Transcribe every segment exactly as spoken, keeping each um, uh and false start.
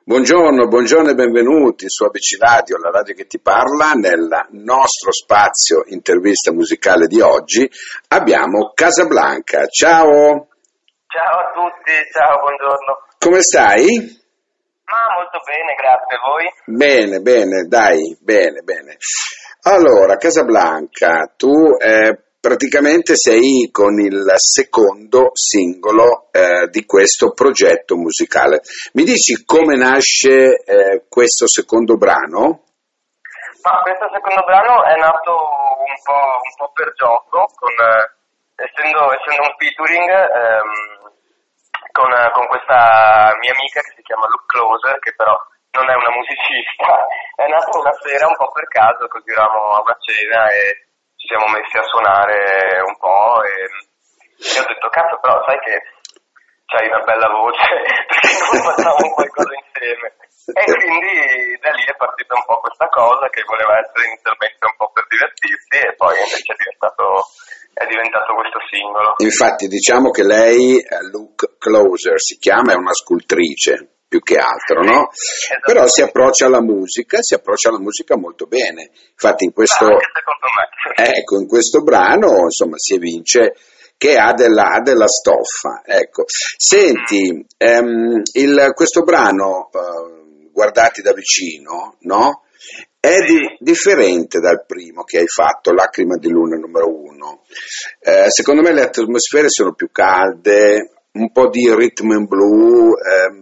Buongiorno, buongiorno e benvenuti su A B C Radio, la radio che ti parla. Nel nostro spazio intervista musicale di oggi abbiamo Casablanca. Ciao! Ciao a tutti, ciao, buongiorno. Come stai? Ma molto bene, grazie. Voi? Bene, bene, dai, bene, bene. Allora, Casablanca, tu eh, praticamente sei con il secondo singolo eh, di questo progetto musicale. Mi dici come nasce eh, questo secondo brano? Ma questo secondo brano è nato un po', un po' per gioco, con, eh, essendo, essendo un featuring ehm, con, con questa mia amica che si chiama Luke Closer, che però non è una musicista. È nato una sera un po' per caso, così eravamo a una cena e ci siamo messi a suonare un po' e, e ho detto cazzo, però sai che c'hai una bella voce, perché non facciamo qualcosa insieme? E quindi da lì è partita un po' questa cosa che voleva essere inizialmente un po' per divertirsi e poi invece è diventato, è diventato questo singolo. Infatti diciamo che lei, Luke Closer si chiama, è una scultrice più che altro, no? Però si approccia alla musica, si approccia alla musica molto bene. Infatti in questo, anche secondo me. ecco, in questo brano, insomma, si evince che ha della, ha della stoffa. Ecco. Senti, ehm, il, questo brano, eh, guardati da vicino, no? È di, differente dal primo che hai fatto, Lacrima di luna numero uno. Eh, secondo me le atmosfere sono più calde, un po' di rhythm and blues, ehm,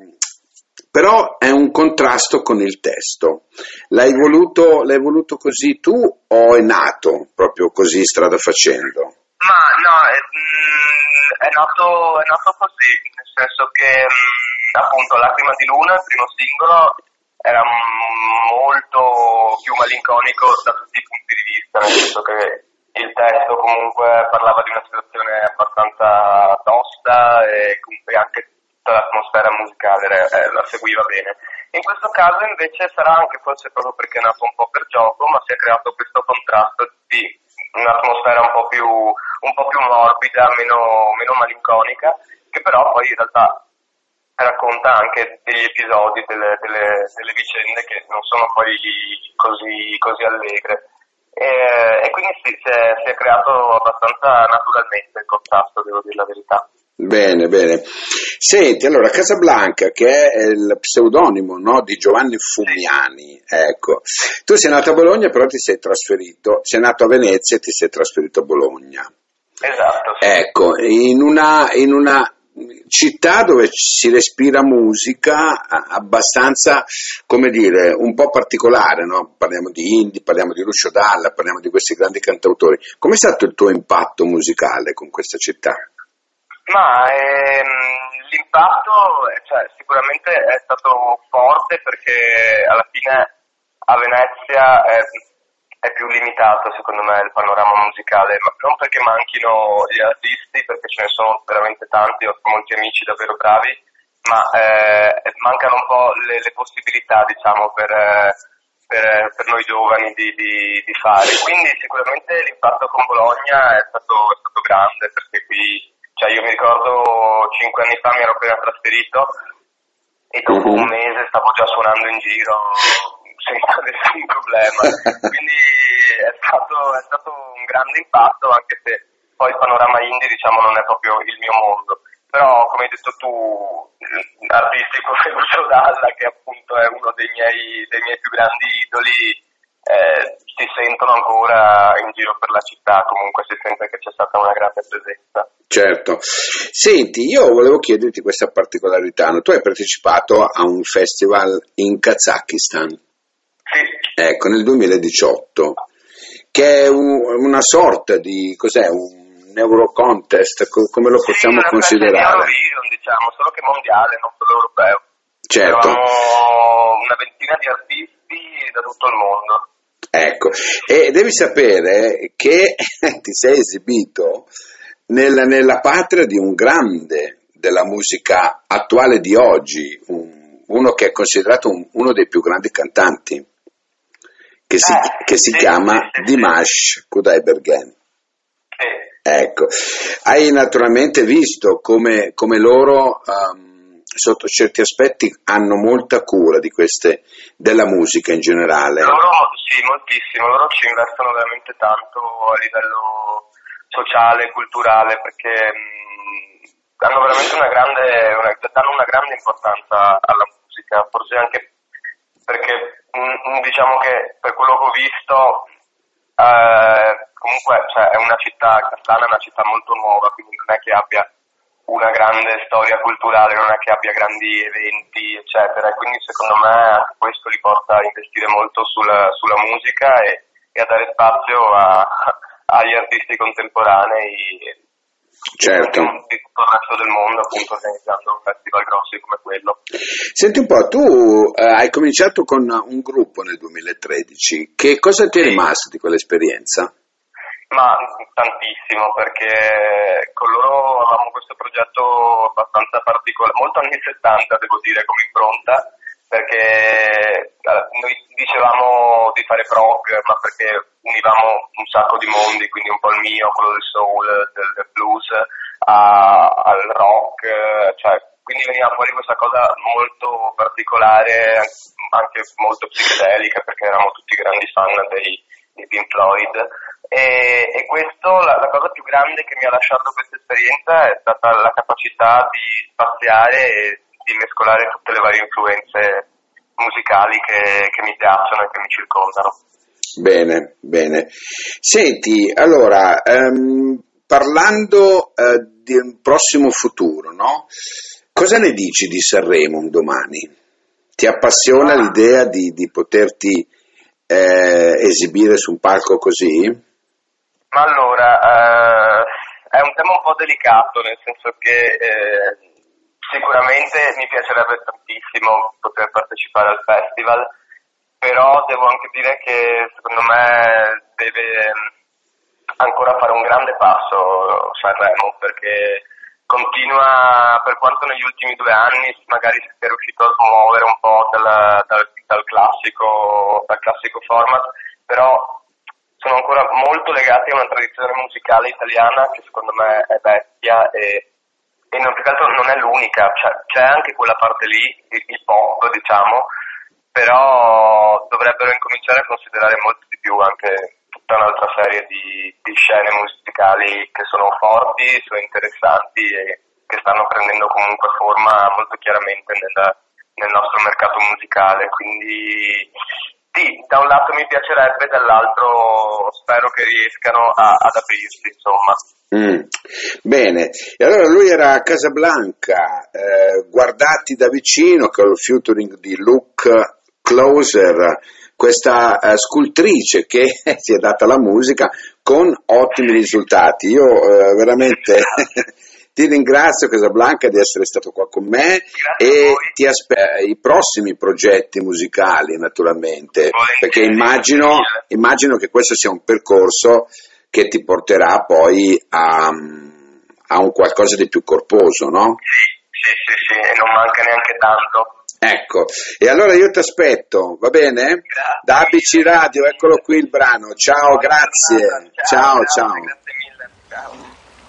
però è un contrasto con il testo. L'hai voluto, l'hai voluto così tu o è nato proprio così strada facendo? Ma no, è, è, nato, è nato così, nel senso che appunto Lacrima di luna, il primo singolo, era molto più malinconico da tutti i punti di vista, nel senso che il testo comunque parlava di una situazione abbastanza tosta e comunque anche tutta l'atmosfera musicale eh, la seguiva bene. In questo caso invece sarà anche forse proprio perché è nato un po' per gioco, ma si è creato questo contrasto di un'atmosfera un po' più, un po' più morbida, meno, meno malinconica, che però poi in realtà racconta anche degli episodi, delle, delle, delle vicende che non sono poi così, così allegre. E, e quindi sì, si è, si è creato abbastanza naturalmente il contrasto, devo dire la verità. Bene, bene. Senti, allora, Casablanca, che è il pseudonimo, no, di Giovanni Fumiani, ecco. Tu sei nato a Bologna, però ti sei trasferito, sei nato a Venezia e ti sei trasferito a Bologna. Esatto. Sì. Ecco, in una, in una città dove si respira musica abbastanza, come dire, un po' particolare, no? Parliamo di indie, parliamo di Lucio Dalla, parliamo di questi grandi cantautori. Com'è stato il tuo impatto musicale con questa città? Ma ehm, l'impatto cioè, sicuramente è stato forte perché alla fine a Venezia è, è più limitato secondo me il panorama musicale, ma non perché manchino gli artisti, perché ce ne sono veramente tanti, ho molti amici davvero bravi, ma eh, mancano un po' le, le possibilità diciamo per, per, per noi giovani di, di, di fare. Quindi sicuramente l'impatto con Bologna è stato, è stato grande perché qui cioè io mi ricordo cinque anni fa mi ero appena trasferito e dopo un mese stavo già suonando in giro senza nessun problema, quindi è stato, è stato un grande impatto, anche se poi il panorama indie diciamo non è proprio il mio mondo, però come hai detto tu artisti come Lucio Dalla, che appunto è uno dei miei, dei miei più grandi idoli, Eh, si sentono ancora in giro per la città, comunque si sente che c'è stata una grande presenza. Certo. Senti, io volevo chiederti questa particolarità, no? Tu hai partecipato a un festival in Kazakistan, Sì. Ecco, nel duemiladiciotto, che è un, una sorta di, cos'è, un Eurocontest, co- come lo possiamo sì, considerare? Eurovision, diciamo, solo che mondiale, non solo europeo. Certo. Eravamo una ventina di artisti da tutto il mondo. Ecco, e devi sapere che ti sei esibito nella, nella patria di un grande della musica attuale di oggi, un, uno che è considerato un, uno dei più grandi cantanti, che si, eh, che si sì, chiama sì, sì, Dimash Kudaibergen. Sì. Ecco, hai naturalmente visto come, come loro um, sotto certi aspetti hanno molta cura di queste, della musica in generale. Loro sì, moltissimo, loro ci investono veramente tanto a livello sociale, culturale, perché mh, hanno veramente una grande, una, danno una grande importanza alla musica, forse anche perché mh, diciamo che per quello che ho visto eh, comunque cioè, è una città, Cassana è una città molto nuova, quindi non è che abbia una grande storia culturale, non è che abbia grandi eventi, eccetera, e quindi secondo me anche questo li porta a investire molto sulla, sulla musica e, e a dare spazio a, agli artisti contemporanei certo. di tutto il resto del mondo, appunto organizzando festival grossi come quello. Senti un po', tu eh, hai cominciato con un gruppo nel duemilatredici, che cosa ti è rimasto di quell'esperienza? Ma tantissimo, perché con loro avevamo questo progetto abbastanza particolare, molto anni settanta devo dire come impronta, perché noi dicevamo di fare prog, ma perché univamo un sacco di mondi, quindi un po' il mio, quello del soul, del, del blues, a, al rock, cioè quindi veniva fuori questa cosa molto particolare, anche molto psichedelica, perché eravamo tutti grandi fan dei, dei Pink Floyd. E, e questo, la, la cosa più grande che mi ha lasciato questa esperienza è stata la capacità di spaziare e di mescolare tutte le varie influenze musicali che, che mi piacciono e che mi circondano. Bene, bene. Senti, allora, ehm, parlando eh, di un prossimo futuro, no? Cosa ne dici di Sanremo un domani? Ti appassiona ah. l'idea di, di poterti eh, esibire su un palco così? Ma allora, eh, è un tema un po' delicato, nel senso che eh, sicuramente mi piacerebbe tantissimo poter partecipare al festival, però devo anche dire che secondo me deve ancora fare un grande passo Sanremo, perché continua, per quanto negli ultimi due anni magari si è riuscito a smuovere un po' dal, dal, dal classico, dal classico format, però sono ancora molto legati a una tradizione musicale italiana che secondo me è vecchia e, e non, più che altro non è l'unica, cioè, c'è anche quella parte lì, il, il pop diciamo, però dovrebbero incominciare a considerare molto di più anche tutta un'altra serie di, di scene musicali che sono forti, sono interessanti e che stanno prendendo comunque forma molto chiaramente nel, nel nostro mercato musicale, quindi sì, da un lato mi piacerebbe, dall'altro spero che riescano a, ad aprirsi, insomma. Mm. Bene, e allora lui era a Casablanca, eh, guardati da vicino con il featuring di Luke Closer, questa uh, scultrice che si è data la musica con ottimi risultati. Io uh, veramente ti ringrazio Casablanca di essere stato qua con me. Grazie e ti aspetto i prossimi progetti musicali naturalmente, Volentieri. Perché immagino, immagino che questo sia un percorso che ti porterà poi a, a un qualcosa di più corposo, no? Sì, sì, sì, e non manca neanche tanto. Ecco, e allora io ti aspetto, va bene? Grazie. Da A B C Radio, eccolo qui il brano. Ciao, grazie. Ciao, ciao. ciao. Grazie mille. Ciao.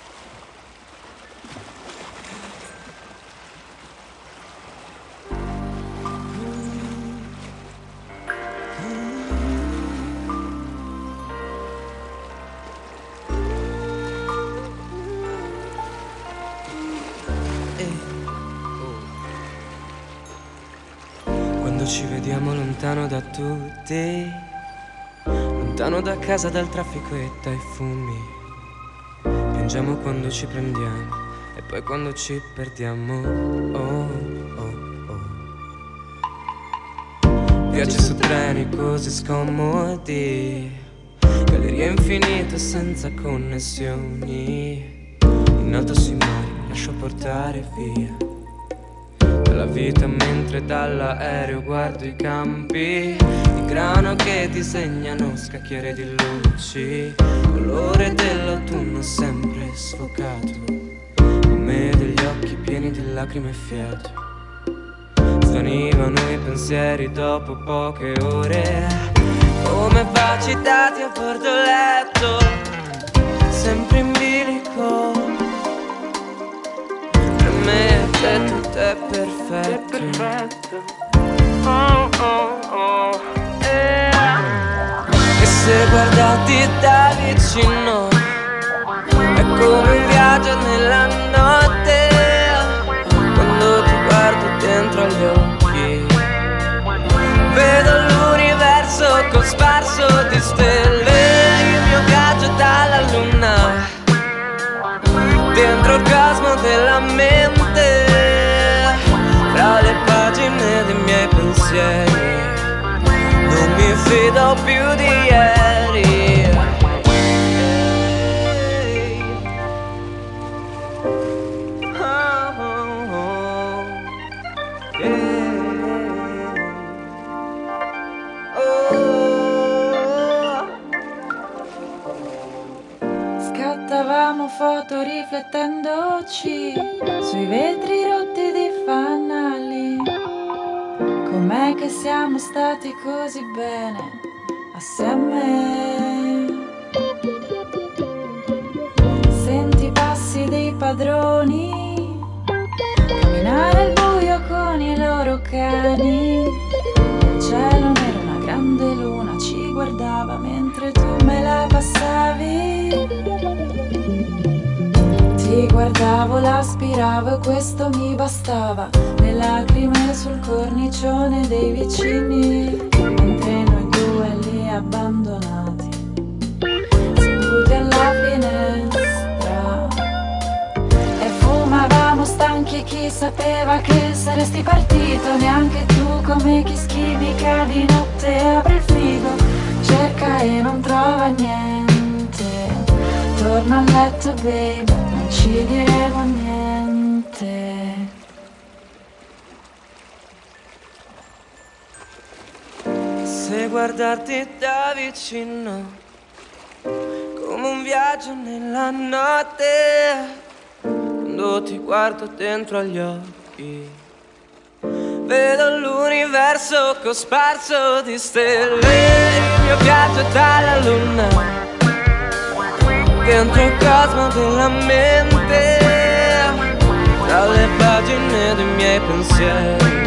Ci vediamo lontano da tutti, lontano da casa, dal traffico e dai fumi. Piangiamo quando ci prendiamo e poi quando ci perdiamo. Oh, oh, oh. Viaggi su treni così scomodi, gallerie infinite senza connessioni. In alto sui mari lascio portare via la vita mentre dall'aereo guardo i campi di grano che disegnano scacchiere di luci, colore dell'autunno sempre sfocato, come degli occhi pieni di lacrime e fiato. Svanivano i pensieri dopo poche ore, come baci dati a bordo letto, sempre in bilico, per me è tutto è perfetto, è perfetto. Oh, oh, oh, yeah. E se guardati da vicino è come un viaggio nella notte, quando ti guardo dentro agli occhi vedo l'universo cosparso di stelle, il mio viaggio dalla luna dentro il cosmo della mente, tra le pagine dei miei pensieri non mi fido più di ieri. Oh, oh, oh. Yeah. Oh. Scattavamo foto riflettendoci sui vetri rotti di fanali. Com'è che siamo stati così bene assieme? Senti i passi dei padroni camminare al buio con i loro cani. Il cielo nero, una grande luna ci guardava mentre tu me la passavi. Ti guardavo, l'aspiravo e questo mi bastava. Le lacrime sul cornicione dei vicini, mentre noi due lì abbandonati, seduti alla finestra. E fumavamo stanchi e chi sapeva che saresti partito. Neanche tu, come chi schimica di notte apre il frigo, cerca e non trova niente. Torna a letto baby, non ci diremo niente. Se guardarti da vicino come un viaggio nella notte, quando ti guardo dentro agli occhi vedo l'universo cosparso di stelle, il mio viaggio dalla luna dentro il cosmo della mente, tra le pagine dei miei pensieri